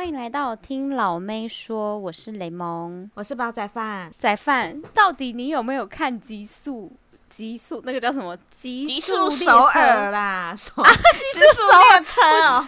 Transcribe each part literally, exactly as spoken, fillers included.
欢迎来到听老妹说，我是雷蒙， 我是煲仔饭。 仔饭，到底你有没有看极速？极速那个叫什么？极速首尔啦，首啊，极速列车哦。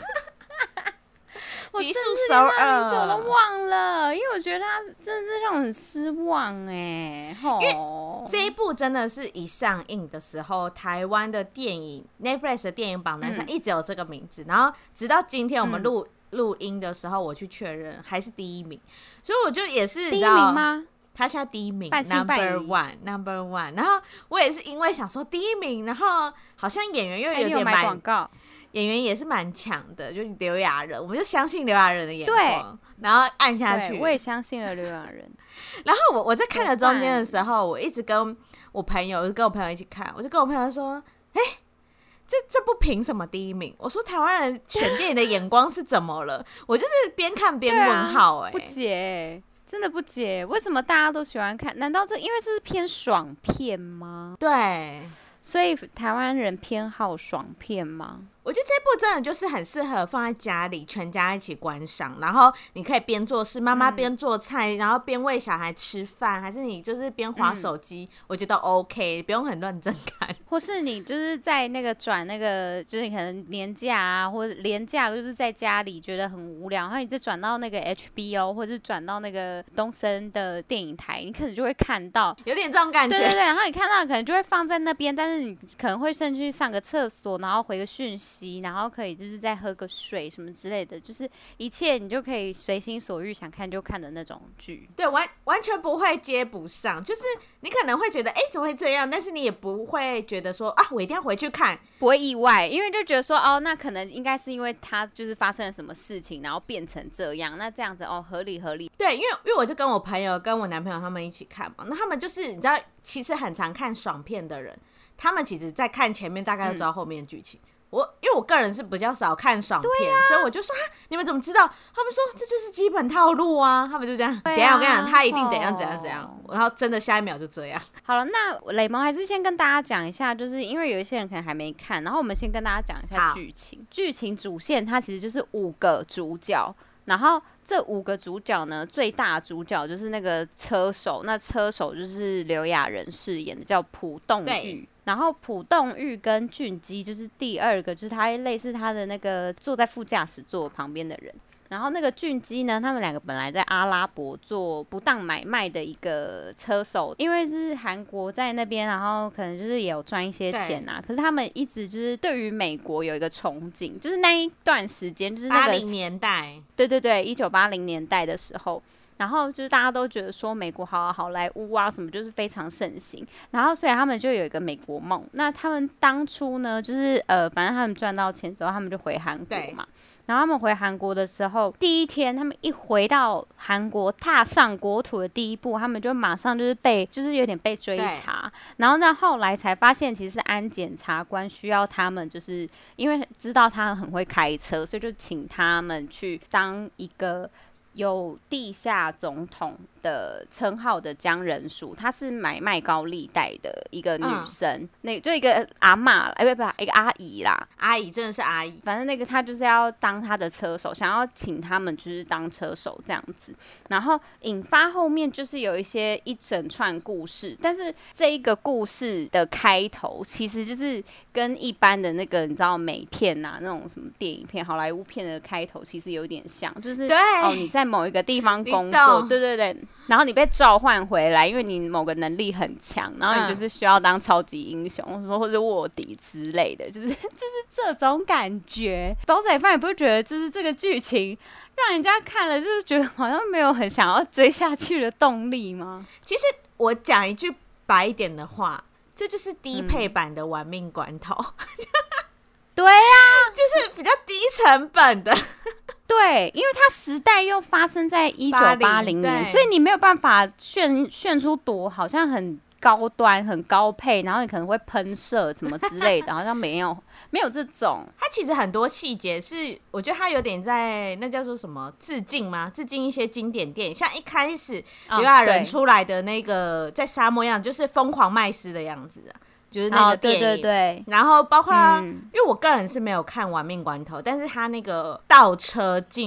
极速首尔，名字我都忘了，因为我觉得它真的是让我很失望哎。因为这一部真的是一上映的时候，台湾的电影 Netflix 的电影榜单上一直有这个名字，嗯、然后直到今天我们录录、嗯、音的时候，我去确认还是第一名，所以我就也是第一名吗？ 他现在第一名 ，Number One Number One。然后我也是因为想说第一名，然后好像演员又有点买广告。 演员也是蛮强的，就是刘亚仁，我们就相信刘亚仁的眼光，然后按下去。 我也相信了刘亚仁。 然后我我在看了中间的时候，我一直跟我朋友，跟我朋友一起看，我就跟我朋友说：“哎、欸，这这部凭什么第一名？”我说台湾人选电影的眼光是怎么了？我就是边看边问号、欸，哎、 啊，不解，真的不解，为什么大家都喜欢看？难道这因为这是偏爽片吗？ 对， 所以台湾人偏好爽片吗？ 我觉得这部真的就是很适合放在家里，全家一起观赏，然后你可以边做事，妈妈边做菜、嗯，然后边喂小孩吃饭，还是你就是边滑手机、嗯，我觉得 OK， 不用很认真看。 或是你就是在那个转那个，就是你可能年假啊，或者连假，就是在家里觉得很无聊，然后你再转到那个 H B O， 或者是转到那个东森的电影台，你可能就会看到有点这种感觉。 对对对，然后你看到可能就会放在那边，但是你可能会甚至去上个厕所，然后回个讯息。然后可以就是再喝个水什么之类的，就是一切你就可以随心所欲想看就看的那种剧。 对，完完全不会接不上，就是你可能会觉得哎怎么会这样，但是你也不会觉得说啊我一定要回去看， 不会意外，因为就觉得说哦那可能应该是因为他就是发生了什么事情，然后变成这样，那这样子哦合理合理。 对，因为因为我就跟我朋友跟我男朋友他们一起看嘛，那他们就是你知道其实很常看爽片的人，他们其实在看前面大概就知道后面的剧情。嗯，我因为我个人是比较少看爽片、啊、所以我就说你们怎么知道？他们说这就是基本套路啊，他们就这样、啊、等一下我跟你讲他一定怎样怎样怎样、哦、然后真的下一秒就这样。 好了，那雷蒙还是先跟大家讲一下，就是因为有一些人可能还没看，然后我们先跟大家讲一下剧情。剧情主线它其实就是五个主角，然后这五个主角呢，最大主角就是那个车手，那车手就是刘亚仁饰演的，叫朴栋玉。然后朴栋玉跟俊基就是第二个，就是他类似他的那个坐在副驾驶座旁边的人。然后那个俊基呢，他们两个本来在阿拉伯做不当买卖的一个车手，因为是韩国在那边，然后可能就是也有赚一些钱啊。可是他们一直就是对于美国有一个憧憬，就是那一段时间就是那个八零年代， 对对对，一九八零年代的时候。然后就是大家都觉得说美国好好莱坞啊什么就是非常盛行，然后所以他们就有一个美国梦。那他们当初呢，就是呃，反正他们赚到钱之后，他们就回韩国嘛。然后他们回韩国的时候，第一天他们一回到韩国，踏上国土的第一步，他们就马上就是被，就是有点被追查。然后到后来才发现，其实是安检察官需要他们，就是因为知道他很会开车，所以就请他们去当一个有地下总统的称号的江仁淑，她是买卖高利贷的一个女生，嗯、那就一个阿嬷，哎不不，一个阿姨啦， 阿姨真的是阿姨。 反正那个她就是要当她的车手，想要请他们就是当车手这样子，然后引发后面就是有一些一整串故事，但是这一个故事的开头其实就是跟一般的那个你知道美片啊那种什么电影片、好莱坞片的开头其实有点像，就是哦你在某一个地方工作，对对对。然后你被召唤回来，因为你某个能力很强，然后你就是需要当超级英雄，嗯、或者卧底之类的，就是就是这种感觉。煲仔饭也不会觉得就是这个剧情让人家看了就是觉得好像没有很想要追下去的动力吗？ 其实我讲一句白一点的话，这就是低配版的玩命关头。嗯、 对呀、啊， 就是比较低成本的。 对，因为它时代又发生在一九八零年，所以你没有办法炫炫出多好像很高端、很高配，然后你可能会喷射什么之类的，好像没有没有这种。 它其实很多细节是，我觉得它有点在那叫做什么致敬吗？致敬一些经典电影，像一开始刘亚仁出来的那个在沙漠一样，就是疯狂麦斯的样子啊。就是那个电影、哦、对对对，然后包括、嗯、因为我个人是没有看《玩命关头》，但是他那个倒车进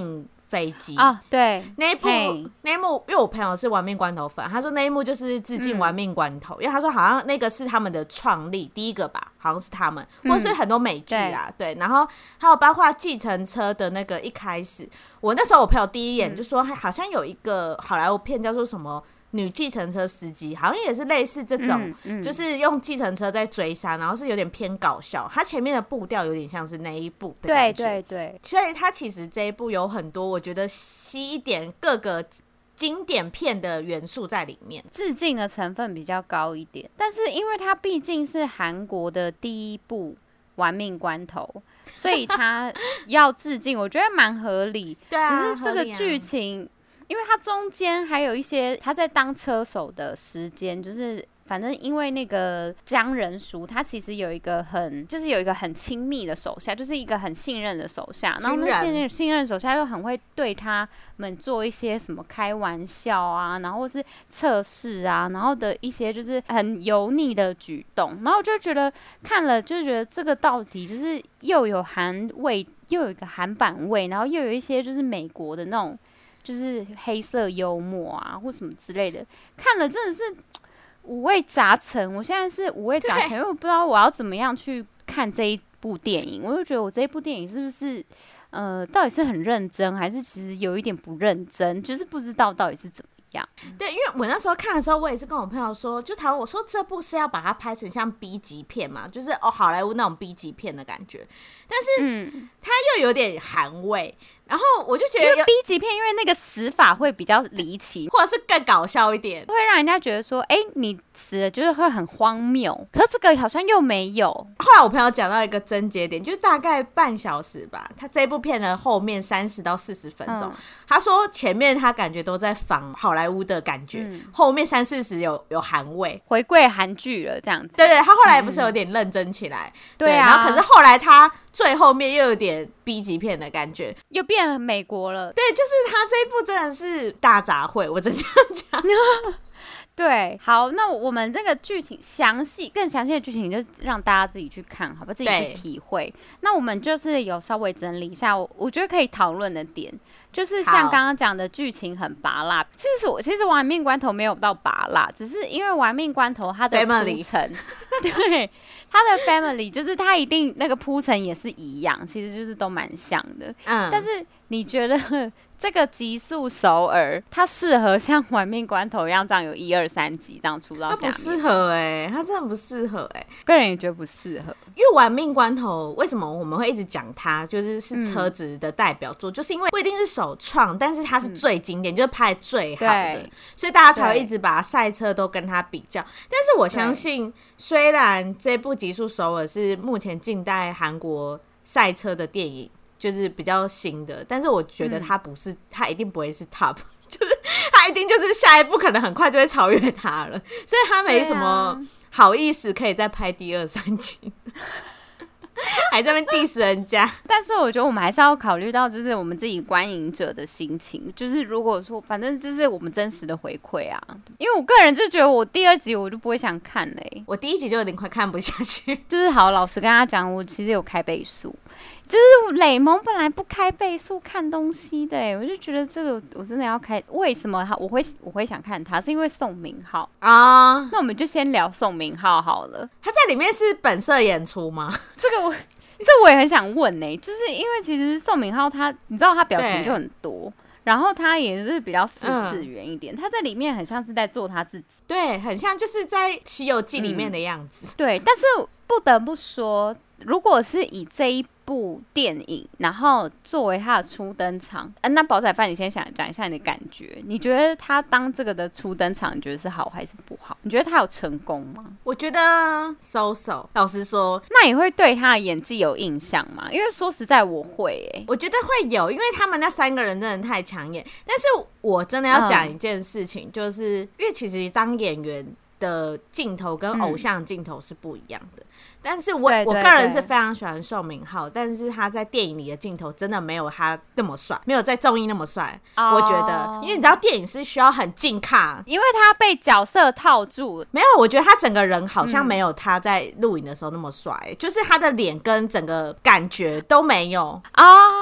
飞机啊、哦，对， 那一部那一幕，因为我朋友是玩命关头粉，他说那一幕就是致敬玩命关头，嗯、因为他说好像那个是他们的创立第一个吧，好像是他们，或者是很多美剧啊，嗯、对, 对，然后还有包括计程车的那个一开始，我那时候我朋友第一眼就说，好像有一个好莱坞片叫做什么。女计程车司机好像也是类似这种、嗯嗯、就是用计程车在追杀，然后是有点偏搞笑，它前面的步调有点像是那一部的感觉，对对对，所以它其实这一部有很多我觉得吸一点各个经典片的元素在里面， 致敬的成分比较高一点，但是因为它毕竟是韩国的第一部玩命关头，所以它要致敬我觉得蛮合理对啊， 只是这个剧情因为他中间还有一些他在当车手的时间，就是反正因为那个姜仁淑，他其实有一个很就是有一个很亲密的手下，就是一个很信任的手下，然后那信任信任手下又很会对他们做一些什么开玩笑啊，然后是测试啊，然后的一些就是很油腻的举动，然后我就觉得看了就觉得这个到底就是又有韩味，又有一个韩版味，然后又有一些就是美国的那种。就是黑色幽默啊，或什么之类的，看了真的是五味杂陈。我现在是五味杂陈，因为我不知道我要怎么样去看这一部电影。我就觉得我这一部电影是不是呃，到底是很认真，还是其实有一点不认真？就是不知道到底是怎么样。 对，因为我那时候看的时候，我也是跟我朋友说，就讨论我说这部是要把它拍成像 B 级片嘛，就是哦好莱坞那种 B 级片的感觉，但是它又有点韩味。然后我就觉得， 因为 B 级片，因为那个死法会比较离奇， 或者是更搞笑一点， 会让人家觉得说，哎、欸，你死了就是会很荒谬。可是这个好像又没有。 后来我朋友讲到一个症结点，就是大概半小时吧，他这部片的后面三十到四十分钟、嗯，他说前面他感觉都在仿好莱坞的感觉，嗯、后面三四十有有韩味， 回归韩剧了这样子。 对对，他后来不是有点认真起来，嗯、对, 对啊，然后可是后来他最后面又有点 B 级片的感觉， 又变美国了。 对，就是他这一部真的是大杂烩，我真这样讲。 对，好，那我们这个剧情详细、更详细的剧情就让大家自己去看，好吧，自己去体会。那我们就是有稍微整理一下，我我觉得可以讨论的点，就是像刚刚讲的剧情很拔辣。其实我其实玩命关头没有到拔辣，只是因为玩命关头它的铺陈，对，它的 family 就是它一定那个铺陈也是一样，其实就是都蛮像的。嗯，但是你觉得？这个极速首尔，它适合像玩命关头一样这样有一二三集这样出到下面？它不适合哎、欸，它真的不适合哎、欸， 个人也觉得不适合。 因为玩命关头为什么我们会一直讲它，就是是车子的代表作、嗯，就是因为不一定是首创，但是它是最经典，嗯、就是拍最好的，所以大家才会一直把赛车都跟它比较。但是我相信，虽然这部极速首尔是目前近代韩国赛车的电影。就是比较新的，但是我觉得它不是，它、嗯、一定不会是 top， 就是它一定就是下一步可能很快就会超越它了，所以它没什么好意思可以再拍第二三集，还在那边 diss 人家。 但是我觉得我们还是要考虑到，就是我们自己观影者的心情，就是如果说，反正就是我们真实的回馈啊。因为我个人就觉得，我第二集我就不会想看嘞、欸， 我第一集就有点快看不下去。 就是好，老实跟他讲，我其实有开倍速。就是雷蒙本来不开倍速看东西的、欸，我就觉得这个我真的要开。为什么他我会我会想看他？是因为宋明浩啊。那我们就先聊宋明浩好了。 他在里面是本色演出吗？ 这个我这我也很想问呢、欸，就是因为其实宋明浩他，你知道他表情就很多，然后他也是比较四次元一点、嗯，他在里面很像是在做他自己， 对，很像就是在《西游记》里面的样子、嗯。 对，但是不得不说，如果是以这一部电影，然后作为他的初登场，呃、那宝仔饭，你先想讲一下你的感觉。你觉得他当这个的初登场，你觉得是好还是不好？你觉得他有成功吗？ 我觉得 so so。老实说， 那你会对他的演技有印象吗？因为说实在，我会、欸， 我觉得会有，因为他们那三个人真的太抢眼。但是我真的要讲一件事情，嗯、就是因为其实当演员的镜头跟偶像镜头是不一样的。嗯，但是我我个人是非常喜欢宋明浩，但是他在电影里的镜头真的没有他那么帅，没有在综艺那么帅。Oh. 我觉得，因为你知道电影是需要很近看， 因为他被角色套住。 没有，我觉得他整个人好像没有他在录影的时候那么帅、嗯，就是他的脸跟整个感觉都没有啊。Oh.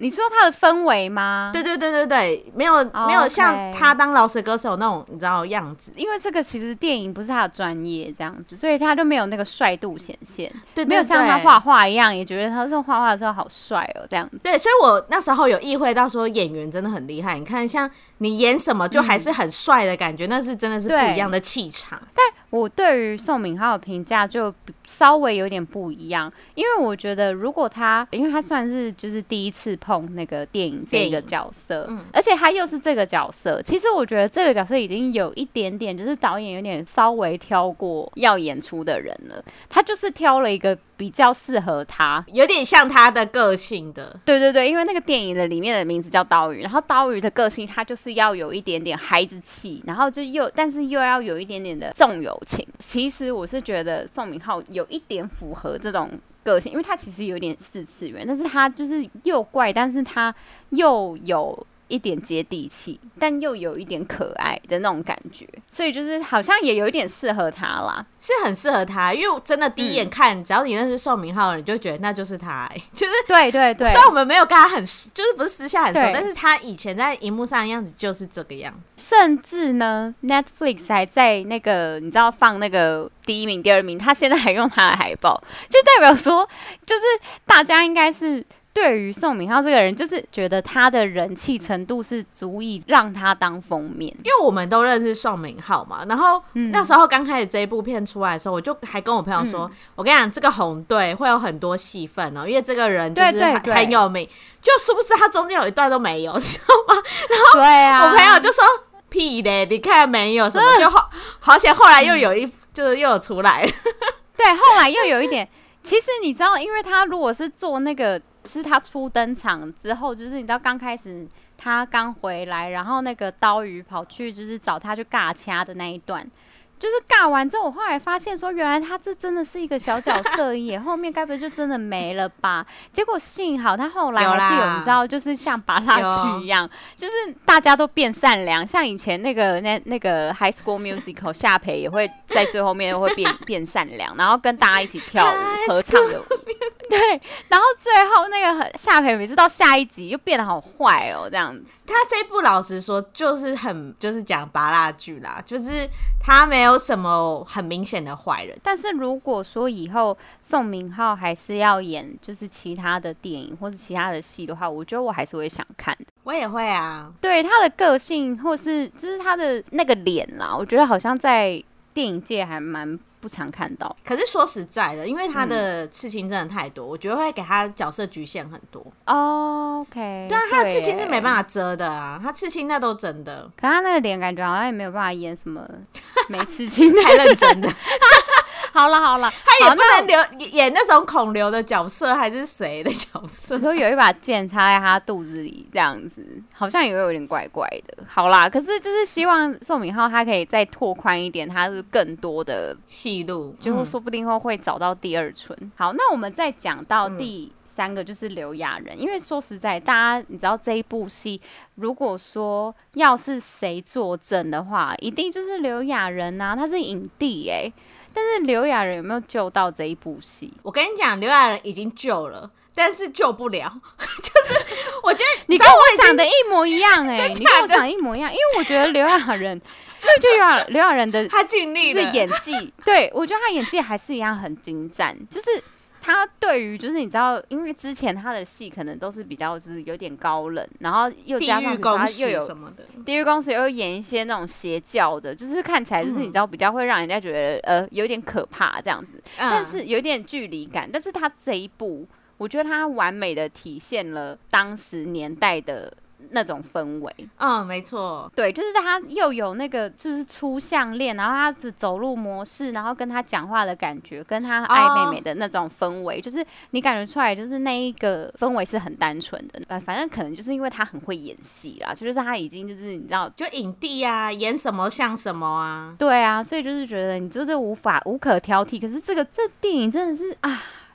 你说它的氛围吗？ 对对对对对，没有、oh, 没有像他当饶舌歌手那种你知道样子， 因为这个其实电影不是他的专业这样子，所以他就没有那个帅度显现， 对对对， 没有像他画画一样，也觉得他这画画的时候好帅哦这样子。 对，所以我那时候有意会到说演员真的很厉害，你看像你演什么就还是很帅的感觉、嗯，那是真的是不一样的气场。 但我对于宋敏浩的评价就稍微有点不一样，因为我觉得如果他，因为他算是就是第一次碰那个电影这个角色，嗯、而且他又是这个角色，其实我觉得这个角色已经有一点点，就是导演有点稍微挑过要演出的人了，他就是挑了一个比较适合他， 有点像他的个性的。 对对对，因为那个电影的里面的名字叫刀鱼，然后刀鱼的个性他就是要有一点点孩子气，然后就又但是又要有一点点的重友情。其实我是觉得宋敏浩有一点符合这种个性，因为他其实有点四次元，但是他就是又怪，但是他又有一点接地气，但又有一点可爱的那种感觉，所以就是好像也有一点适合他啦， 是很适合他，因为真的第一眼看、嗯、只要你认识宋敏浩的人，你就觉得那就是他、欸、就是对对对， 虽然我们没有跟他很就是不是私下很熟，但是他以前在荧幕上的样子就是这个样子， 甚至呢 Netflix 还在那个你知道放那个第一名第二名，他现在还用他的海报，就代表说就是大家应该是对于宋敏浩这个人，就是觉得他的人气程度是足以让他当封面， 因为我们都认识宋敏浩嘛。然后、嗯、那时候刚开始这一部片出来的时候，我就还跟我朋友说：“嗯、我跟你讲，这个红队会有很多戏份哦，因为这个人就是很有名。”就殊不知他中间有一段都没有，你知道吗？然后对啊， 我朋友就说：“屁嘞，你看没有什么。”就好，好险后来又有一，就是又有出来了。 对，后来又有一点。其实你知道，因为他如果是做那个，就是他初登场之后，就是你知道刚开始他刚回来，然后那个刀鱼跑去就是找他去尬掐的那一段，就是尬完之后，我后来发现说，原来他这真的是一个小角色耶，后面该不会就真的没了吧？结果幸好他后来还是有，你知道，就是像拔蜡剧一样，就是大家都变善良，像以前那个那那个 High School Musical 夏培也会在最后面会变变善良，然后跟大家一起跳舞合唱的舞。对，然后最后那个夏培每次到下一集又变得好坏哦，这样子。 他这一部老实说就是很就是讲拔蜡剧啦，就是他没有什么很明显的坏人。 但是如果说以后宋敏浩还是要演就是其他的电影或是其他的戏的话，我觉得我还是会想看的。 我也会啊， 对他的个性或是就是他的那个脸啦，我觉得好像在电影界还蛮不常看到。 可是说实在的，因为他的刺青真的太多、嗯、我觉得会给他角色局限很多。 哦 OK， 对啊，他的刺青是没办法遮的啊，他刺青那都真的。 可他那个脸感觉好像也没有办法演什么没刺青太认真的好了好了， 他也不能留演那种孔刘的角色，还是谁的角色？ 说有一把剑插在他肚子里，这样子好像也有点怪怪的。好啦，可是就是希望宋敏浩他可以再拓宽一点，他是更多的戏路， 就说不定会会找到第二春、嗯。好，那我们再讲到第三个就是刘亚仁，因为说实在，大家你知道这一部戏，如果说要是谁作证的话，一定就是刘亚仁啊，他是影帝哎、欸。但是刘亚仁有没有救到这一部戏？ 我跟你讲，刘亚仁已经救了，但是救不了。就是我觉得你跟我想的一模一样哎、欸，你跟我想的一模一样，因为我觉得刘亚仁，因为就刘亚刘亚仁的他尽力了， 是演技，对我觉得他演技还是一样很精湛，就是。他对于就是你知道，因为之前他的戏可能都是比较就是有点高冷，然后又加上他又有什么的地狱公使，又演一些那种邪教的，就是看起来就是你知道比较会让人家觉得、嗯、呃有点可怕这样子，嗯、但是有点距离感。但是他这一部，我觉得他完美的体现了当时年代的那种氛围。 嗯，没错， 对，就是他又有那个就是粗项链，然后他是走路模式，然后跟他讲话的感觉，跟他爱妹妹的那种氛围、哦，就是你感觉出来，就是那一个氛围是很单纯的。呃，反正可能就是因为他很会演戏啦，就是他已经就是你知道， 就影帝啊，演什么像什么啊。 对啊，所以就是觉得你就是无法无可挑剔。可是这个这电影真的是啊。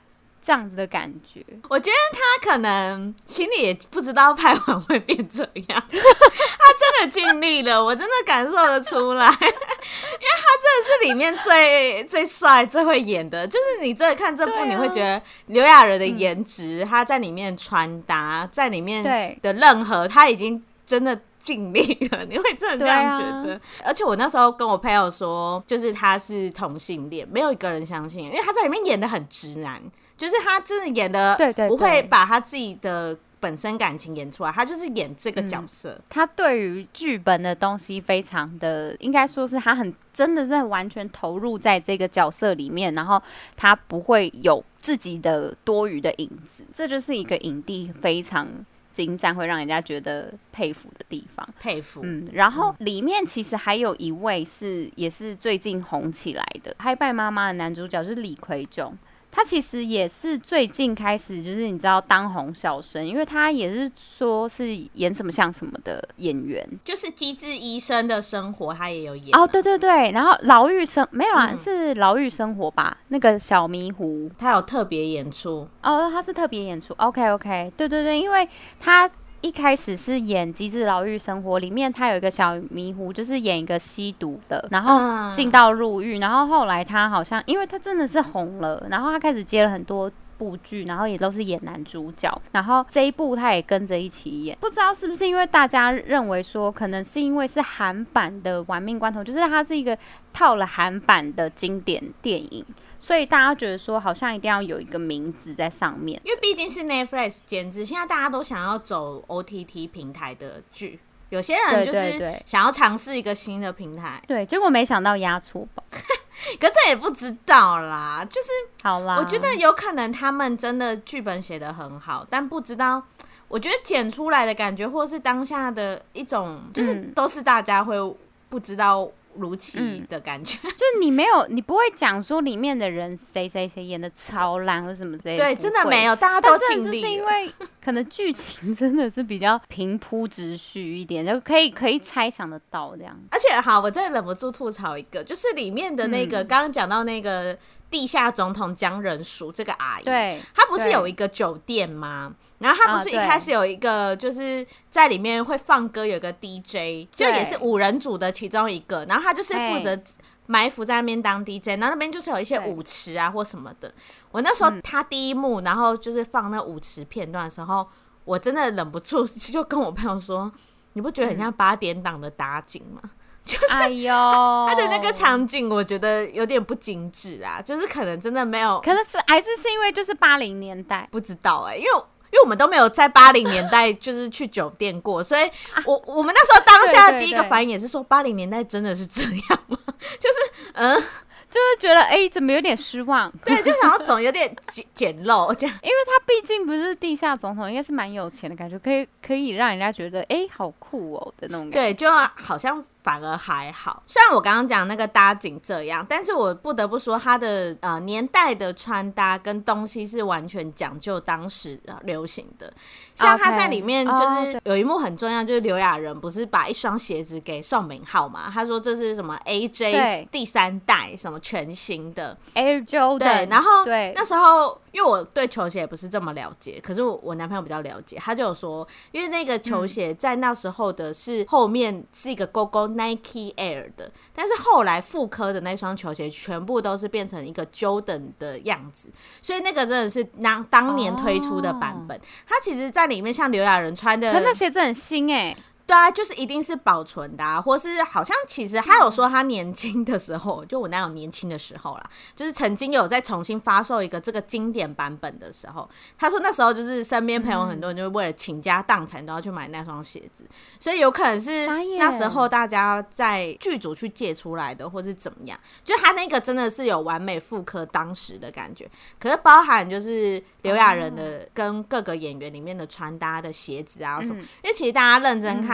这样子的感觉。 我觉得他可能心里也不知道拍完会变这样，他真的尽力了，我真的感受得出来，因为他真的是里面最最帅、最会演的。就是你真的看这部，你会觉得刘亚仁的颜值，他在里面穿搭，在里面的任何，他已经真的尽力了，你会真的这样觉得、啊、而且我那时候跟我朋友说，就是他是同性恋，没有一个人相信，因为他在里面演的很直男，就是他真的演的不会把他自己的本身感情演出来，他就是演这个角色、嗯、 他对于剧本的东西非常的，应该说是他很真的是完全投入在这个角色里面，然后他不会有自己的多余的影子，这就是一个影帝非常精湛，会让人家觉得佩服的地方。 佩服， 嗯，然后里面其实还有一位是也是最近红起来的《嗨拜妈妈》的男主角，就是李奎炯。他其实也是最近开始，就是你知道当红小生，因为他也是说是演什么像什么的演员， 就是《机智医生的生活》他也有演、啊、 哦，对对对，然后牢狱生没有啊、嗯，是牢狱生活吧？那个小迷糊他有特别演出哦，他是特别演出 ，OK OK， 对对对，因为他一开始是演《机智牢狱生活》里面，他有一个小迷糊，就是演一个吸毒的，然后进到入狱、嗯，然后后来他好像，因为他真的是红了，然后他开始接了很多部剧，然后也都是演男主角，然后这一部他也跟着一起演，不知道是不是因为大家认为说，可能是因为是韩版的《玩命关头》，就是它是一个套了韩版的经典电影。所以大家觉得说好像一定要有一个名字在上面， 因为毕竟是 Netflix 监制，现在大家都想要走 O T T 平台的剧，有些人就是想要尝试一个新的平台， 对，结果没想到押错宝可这也不知道啦，就是好啦， 我觉得有可能他们真的剧本写得很好，但不知道，我觉得剪出来的感觉或是当下的一种，就是都是大家会不知道如期的感觉、嗯、 就是你没有，你不会讲说里面的人谁谁谁演的超烂或什么之类的， 对，真的没有，大家都尽力了， 但是就是因为可能剧情真的是比较平铺直叙一点，就可以可以猜想得到这样。 而且好，我真的忍不住吐槽一个，就是里面的那个刚刚讲到那个地下总统江仁淑这个阿姨， 对， 她不是有一个酒店吗？然后她不是一开始有一个就是在里面会放歌，有一个 D J， 就也是五人组的其中一个，然后他就是负责埋伏在那边当 D J， 然后那边就是有一些舞池啊或什么的。我那时候他第一幕，然后就是放那舞池片段的时候，我真的忍不住就跟我朋友说：“你不觉得很像八点档的打景吗？”就是他的那个场景，我觉得有点不精致啊，就是可能真的没有， 可能是还是是因为就是八零年代， 不知道哎、欸，因为。因为我们都没有在八零年代就是去酒店过，所以我我们那时候当下的第一个反应也是说，八零年代真的是这样吗？就是嗯。 就是觉得哎、欸，怎么有点失望？ 对，就想要总有点简陋这样， 因为他毕竟不是地下总统，应该是蛮有钱的感觉，可以可以让人家觉得哎、欸，好酷哦的那种感觉。 对，就好像反而还好。虽然我刚刚讲那个搭景这样，但是我不得不说，他的呃年代的穿搭跟东西是完全讲究当时流行的。像他在里面就是有一幕很重要，就是刘亚仁不是把一双鞋子给宋敏浩嘛？他说这是什么 A J 第三代什么全新的 Air Jordan， 对，然后对那时候因为我对球鞋也不是这么了解，可是 我, 我男朋友比较了解，他就有说，因为那个球鞋在那时候的是后面是一个勾勾 Nike Air 的，但是后来复刻的那双球鞋全部都是变成一个 Jordan 的样子，所以那个真的是当当年推出的版本。他、哦、其实在里面像刘亚仁穿的， 可那鞋子很新哎、欸。 对啊，就是一定是保存的啊，或是好像其实他有说他年轻的时候，就我男友年轻的时候啦，就是曾经有在重新发售一个这个经典版本的时候，他说那时候就是身边朋友很多人就为了倾家荡产都要去买那双鞋子，所以有可能是那时候大家在剧组去借出来的，或是怎么样，就他那个真的是有完美复刻当时的感觉，可是包含就是刘亚仁的跟各个演员里面的穿搭的鞋子啊什么，因为其实大家认真看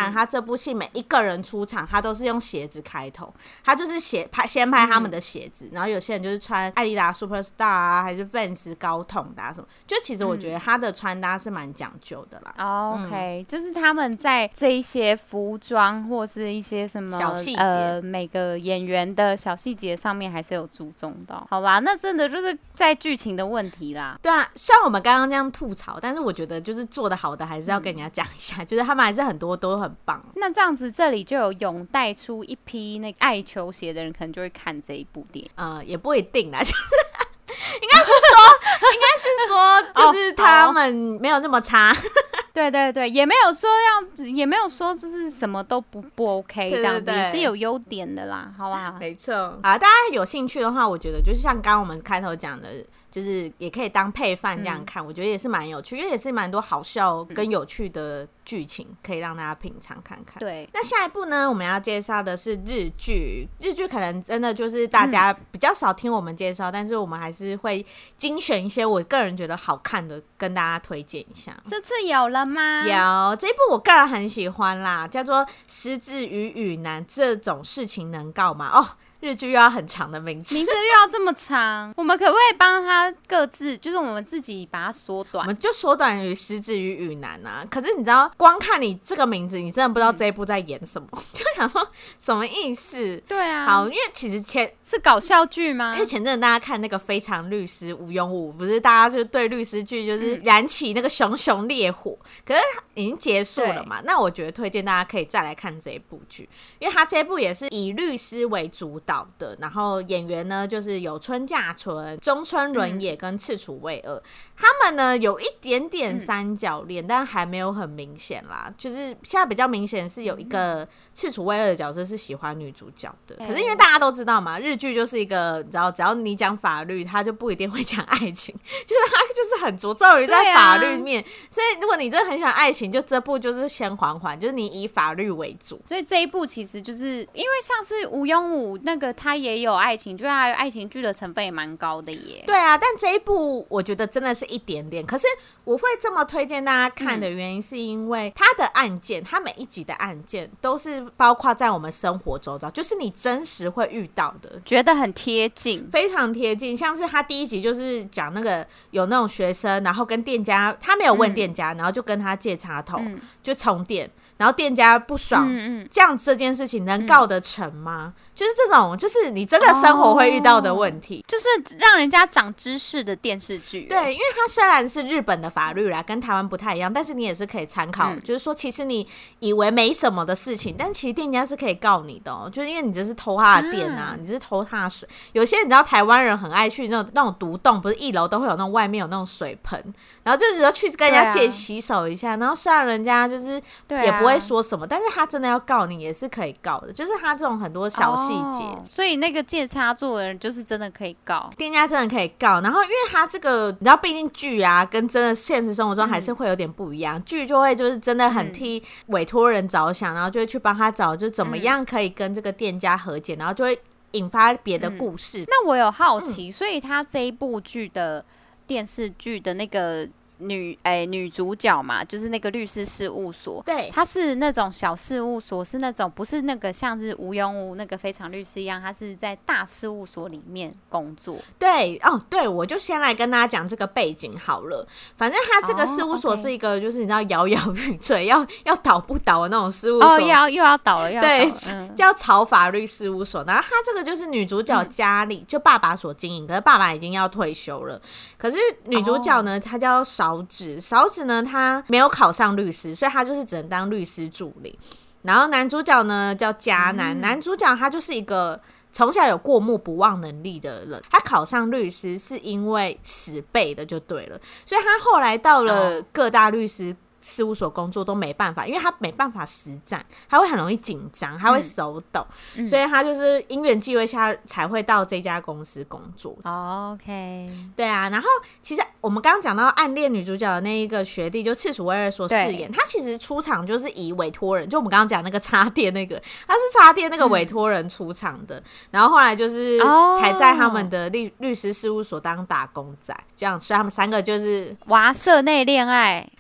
看他这部戏每一个人出场，他都是用鞋子开头，他就是鞋拍先拍他们的鞋子，嗯、然后有些人就是穿艾迪达 Superstar 啊，还是 Vans 高筒的啊什么，就其实我觉得他的穿搭是蛮讲究的啦。 哦、OK，、嗯、就是他们在这一些服装或是一些什么小细节， 呃，每个演员的小细节上面还是有注重到。好啦，那真的就是在剧情的问题啦。 对啊，虽然我们刚刚这样吐槽，但是我觉得就是做得好的还是要跟人家讲一下、嗯，就是他们还是很多都很棒。 那这样子，这里就有涌带出一批那个爱球鞋的人，可能就会看这一部电影。 呃，也不一定啦，就是应该是说，应该是说，就是他们没有那么差。哦对对对，也没有说要，也没有说就是什么都不不 OK 这样子，也是有优点的啦，好不好？ 没错。好，大家有兴趣的话，我觉得就是像刚刚我们开头讲的，就是也可以当配饭这样看、嗯，我觉得也是蛮有趣，因为也是蛮多好笑跟有趣的剧情可以让大家品尝看看。 对， 那下一部呢，我们要介绍的是日剧。日剧可能真的就是大家比较少听我们介绍、嗯，但是我们还是会精选一些我个人觉得好看的，跟大家推荐一下。 这次有了吗？ 有，这一部我个人很喜欢啦，叫做《失智与与男这种事情能告吗》哦。日剧又要很长的名字， 名字又要这么长，我们可不可以帮他各自，就是我们自己把它缩短？ 我们就缩短于失智与与男啊。可是你知道，光看你这个名字，你真的不知道这一部在演什么，嗯、就想说什么意思？ 对啊， 好，因为其实前是搞笑剧吗？ 因为前阵子大家看那个《非常律师吴庸武》，不是大家就对律师剧就是燃起那个熊熊烈火，嗯、可是已经结束了嘛？那我觉得推荐大家可以再来看这一部剧，因为他这一部也是以律师为主导的，然后演员呢就是有春架纯、中村伦也跟赤楚卫二、嗯，他们呢有一点点三角恋、嗯，但还没有很明显啦。就是现在比较明显是有一个赤楚卫二的角色是喜欢女主角的，嗯、可是因为大家都知道嘛，日剧就是一个你知道，只要你讲法律，他就不一定会讲爱情，就是他就是很着重于在法律面、啊。所以如果你真的很喜欢爱情，就这部就是先缓缓，就是你以法律为主。 所以这一部其实就是因为像是吴庸武那个他也有爱情，就是他爱情剧的成分也蛮高的耶。 对啊，但这一部我觉得真的是一点点。可是我会这么推荐大家看的原因，是因为他的案件，他每一集的案件都是包括在我们生活周遭，就是你真实会遇到的， 觉得很贴近， 非常贴近。像是他第一集就是讲那个有那种学生，然后跟店家，他没有问店家，嗯、然后就跟他借插头、嗯、就充电。然后店家不爽，嗯嗯这样这件事情能告得成吗？嗯、就是这种，就是你真的生活会遇到的问题， 哦、就是让人家长知识的电视剧。 对，因为它虽然是日本的法律啦，跟台湾不太一样，但是你也是可以参考、嗯。就是说，其实你以为没什么的事情，但其实店家是可以告你的哦、喔。就是因为你只是偷他的电啊，嗯、你只是偷他的水。有些你知道台湾人很爱去那种那种独栋，不是一楼都会有那种外面有那种水盆，然后就只要去跟人家借洗手一下，啊、然后虽然人家就是也不会说什么，但是他真的要告你也是可以告的，就是他这种很多小细节、哦， 所以那个借插座的人就是真的可以告， 店家真的可以告。然后因为他这个你知道，毕竟剧啊跟真的现实生活中还是会有点不一样，剧、嗯、就会就是真的很替委托人着想，然后就会去帮他找就怎么样可以跟这个店家和解，然后就会引发别的故事、嗯、 那我有好奇、嗯、所以他这一部剧的电视剧的那个女诶、欸、女主角嘛，就是那个律师事务所， 对， 她是那种小事务所，是那种不是那个像是吴庸武那个非常律师一样，她是在大事务所里面工作。 对哦，对，我就先来跟大家讲这个背景好了。反正他这个事务所是一个，就是你知道摇摇欲坠，要要倒不倒的那种事务所， 哦，要又要倒了，又要倒了， 对，嗯、叫曹法律事务所。然后他这个就是女主角家里、嗯、就爸爸所经营，可是爸爸已经要退休了，可是女主角呢，她、哦、叫少子，少子呢，她没有考上律师，所以她就是只能当律师助理。然后男主角呢叫嘉南、嗯，男主角他就是一个从小有过目不忘能力的人，他考上律师是因为死背的就对了，所以他后来到了各大律师事务所工作都没办法，因为他没办法实战，他会很容易紧张，他会手抖、嗯、所以他就是因缘际会下才会到这家公司工作、 哦、OK， 对啊。然后其实我们刚刚讲到暗恋女主角的那一个学弟就赤楚卫二所饰演，他其实出场就是以委托人，就我们刚刚讲那个插电那个，他是插电那个委托人出场的、嗯、然后后来就是才在他们的 律,、哦、律师事务所当打工仔，这样，所以他们三个就是哇社内恋爱，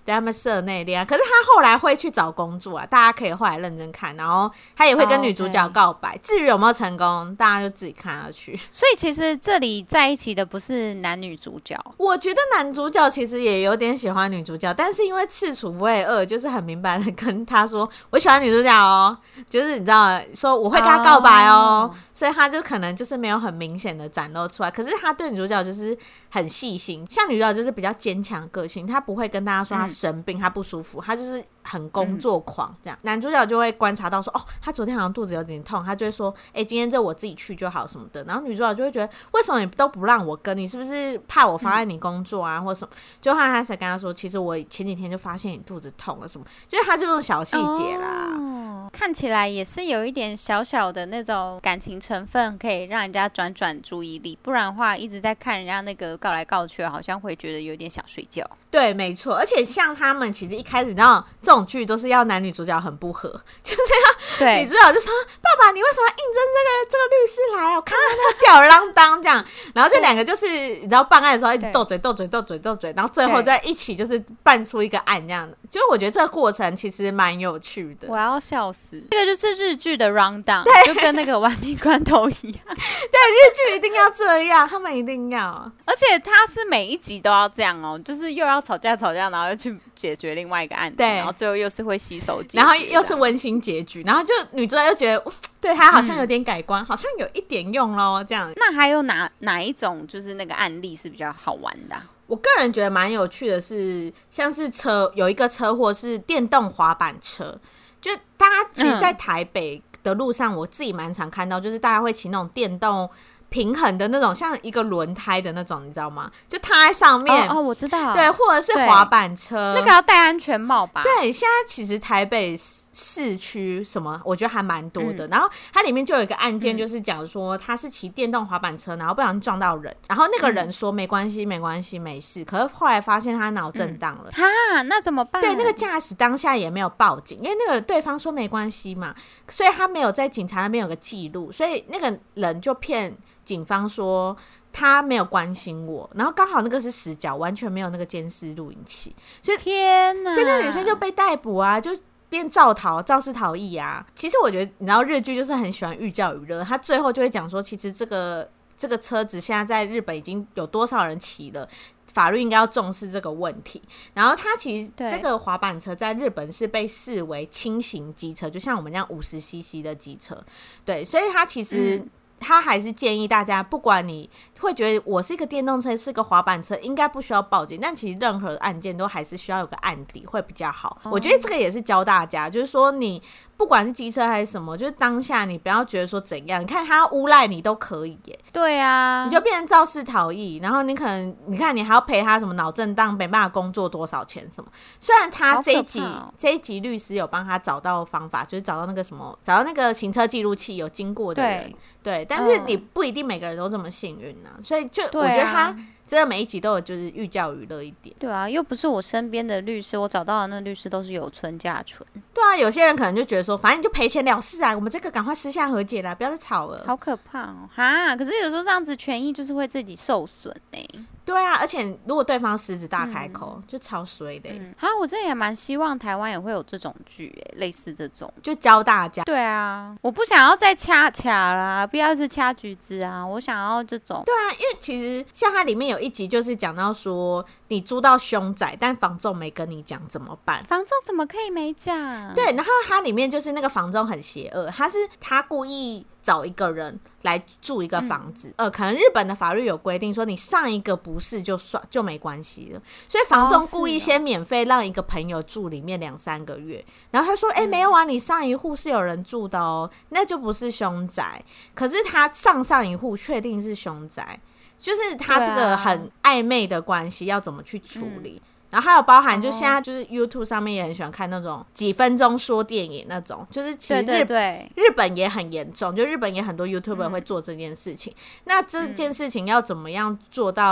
对他们社内恋爱，可是他后来会去找工作啊，大家可以后来认真看，然后他也会跟女主角告白， oh, 至于有没有成功大家就自己看下去。 所以其实这里在一起的不是男女主角， 我觉得男主角其实也有点喜欢女主角，但是因为赤楚卫二就是很明白的跟他说我喜欢女主角哦，就是你知道说我会跟他告白哦、oh. 所以他就可能就是没有很明显的展露出来，可是他对女主角就是很细心，像女主角就是比较坚强个性，他不会跟大家说他生病、嗯、他不舒服，他就是很工作狂这样、嗯、男主角就会观察到说哦，他昨天好像肚子有点痛，他就会说哎、欸，今天这我自己去就好什么的，然后女主角就会觉得为什么你都不让我跟，你是不是怕我妨碍你工作啊、嗯、或什么，就后来他才跟他说其实我前几天就发现你肚子痛了什么，就是他这种小细节啦、 哦、看起来也是有一点小小的那种感情成分可以让人家转转注意力，不然的话一直在看人家那个告来告去好像会觉得有点想睡觉。 对没错，而且像他们其实一开始你知道这种剧都是要男女主角很不合，就是要女主角就说爸爸你为什么要应征这个这个律师来，我看到那个吊儿郎当这样，然后这两个就是你知道办案的时候一直斗嘴斗嘴斗嘴斗嘴，然后最后在一起就是办出一个案这样的，就我觉得这个过程其实蛮有趣的。 我要笑死，这个就是日剧的 round down， 就跟那个玩命关头一样。对， 日剧一定要这样，他们一定要， 而且他是每一集都要这样哦，就是又要吵架吵架，然后又去解决另外一个案子，然后最后又是会洗手结局， 然后又是温馨结局，然后就女主角就觉得对他好像有点改观、嗯、好像有一点用咯这样。 那还有哪哪一种就是那个案例是比较好玩的、啊？ 我个人觉得蛮有趣的是，像是车有一个车祸是电动滑板车，就大家其实在台北的路上、嗯、我自己蛮常看到，就是大家会骑那种电动平衡的那种，像一个轮胎的那种，你知道吗？就踏在上面。 哦, 哦我知道。 对，或者是滑板车， 那个要戴安全帽吧？ 对，现在其实台北市区什么，我觉得还蛮多的、嗯。然后它里面就有一个案件，就是讲说他是骑电动滑板车，然后不小心撞到人，然后那个人说没关系，没关系，没事。可是后来发现他脑震荡了， 哈、嗯，那怎么办？ 对，那个驾驶当下也没有报警，因为那个对方说没关系嘛，所以他没有在警察那边有个记录，所以那个人就骗警方说他没有关心我，然后刚好那个是死角，完全没有那个监视录影器，所以天哪， 所以那个女生就被逮捕啊，就变肇逃肇事逃逸啊。其实我觉得你知道日剧就是很喜欢寓教于乐，他最后就会讲说其实这个这个车子现在在日本已经有多少人骑了，法律应该要重视这个问题。然后它其实这个滑板车在日本是被视为轻型机车，就像我们这样 五十 C C 的机车，对，所以它其实、嗯他还是建议大家，不管你会觉得我是一个电动车是个滑板车应该不需要报警，但其实任何案件都还是需要有个案底会比较好、哦、我觉得这个也是教大家，就是说你不管是机车还是什么，就是当下你不要觉得说怎样，你看他诬赖你都可以耶， 对啊， 你就变成肇事逃逸，然后你可能你看你还要赔他什么脑震荡没办法工作多少钱什么，虽然他这一集、哦、这一集律师有帮他找到方法，就是找到那个什么找到那个行车记录器有经过的人， 对, 对，但是你不一定每个人都这么幸运啊，所以就、啊、我觉得他真的每一集都有就是寓教于乐一点。 对啊，又不是我身边的律师，我找到的那个律师都是有村架纯。 对啊，有些人可能就觉得说反正你就赔钱了事啊，我们这个赶快私下和解啦，不要再吵了。 好可怕哦哈！可是有时候这样子权益就是会自己受损欸。 对啊，而且如果对方狮子大开口、嗯、就超衰的、欸嗯、好，我真的也蛮希望台湾也会有这种剧欸，类似这种就教大家。 对啊，我不想要再掐掐啦，不要是掐橘子啊，我想要这种。 对啊，因为其实像它里面有一集就是讲到说你租到凶宅但房仲没跟你讲怎么办， 房仲怎么可以没讲？ 对，然后它里面就是那个房仲很邪恶，他是他故意找一个人来住一个房子、嗯、呃，可能日本的法律有规定说你上一个不是就算就没关系了，所以房仲故意先免费让一个朋友住里面两三个月，然后他说哎、欸，没有啊，你上一户是有人住的哦，那就不是凶宅，可是他上上一户确定是凶宅，就是他这个很暧昧的关系要怎么去处理、嗯，然后还有包含就现在就是 YouTube 上面也很喜欢看那种几分钟说电影那种，就是其实 日, 对对对日本也很严重，就日本也很多 YouTuber 会做这件事情、嗯、那这件事情要怎么样做到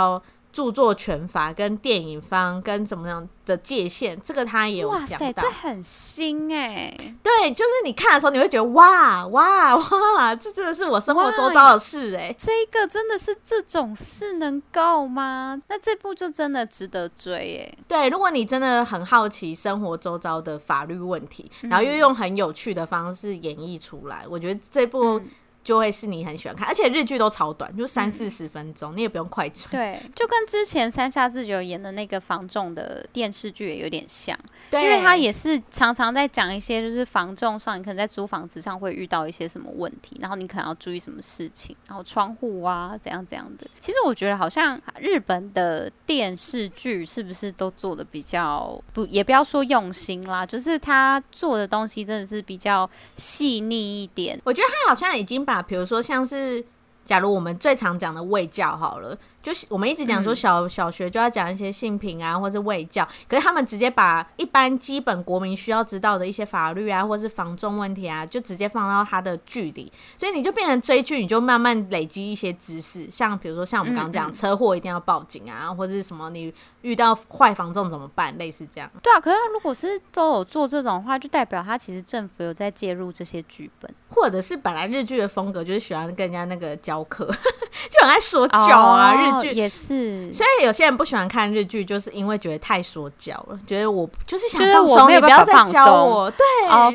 著作权法跟电影方跟怎么样的界限，这个他也有讲到。 哇塞，这很新哎、欸！ 对，就是你看的时候，你会觉得哇哇哇，这真的是我生活周遭的事哎、欸。 这个真的是这种事能告吗？那这部就真的值得追哎、欸。 对，如果你真的很好奇生活周遭的法律问题，然后又用很有趣的方式演绎出来，嗯、我觉得这部。嗯就会是你很喜欢看，而且日剧都超短，就三四十分钟、嗯，你也不用快转。 对，就跟之前山下智久演的那个房仲的电视剧也有点像， 对， 因为他也是常常在讲一些就是房仲上，你可能在租房子上会遇到一些什么问题，然后你可能要注意什么事情，然后窗户啊怎样怎样的。其实我觉得好像日本的电视剧是不是都做的比较不，也不要说用心啦，就是他做的东西真的是比较细腻一点。 我觉得他好像已经把比如说像是假如我们最常讲的卫教好了，就是我们一直讲说小、嗯、小学就要讲一些性平啊或是卫教，可是他们直接把一般基本国民需要知道的一些法律啊或是房仲问题啊就直接放到他的剧里，所以你就变成追剧你就慢慢累积一些知识，像比如说像我们刚刚讲、嗯嗯、车祸一定要报警啊，或是什么你遇到坏房仲怎么办，类似这样。 对啊，可是如果是都有做这种的话，就代表他其实政府有在介入这些剧本， 或者是本来日剧的风格就是喜欢跟人家那个教课就很爱说教啊、哦、日剧也是， 所以有些人不喜欢看日剧就是因为觉得太说教了，觉得我就是想放松、就是、你不要再教我。对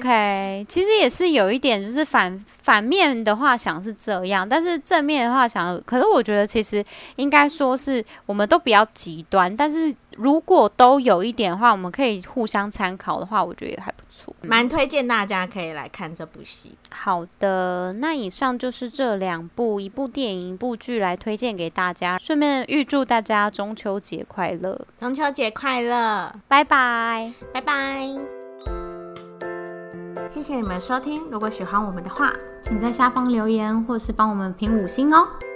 OK， 其实也是有一点就是反反面的话想是这样，但是正面的话想，可是我觉得其实应该说是我们都比较极端，但是如果都有一点的话我们可以互相参考的话，我觉得也还不错， 蛮、嗯、推荐大家可以来看这部戏。 好的，那以上就是这两部，一部电影一部剧来推荐给大家，顺便预祝大家中秋节快乐。 中秋节快乐， 拜拜拜拜。谢谢你们收听，如果喜欢我们的话， 请在下方留言或是帮我们评五星哦。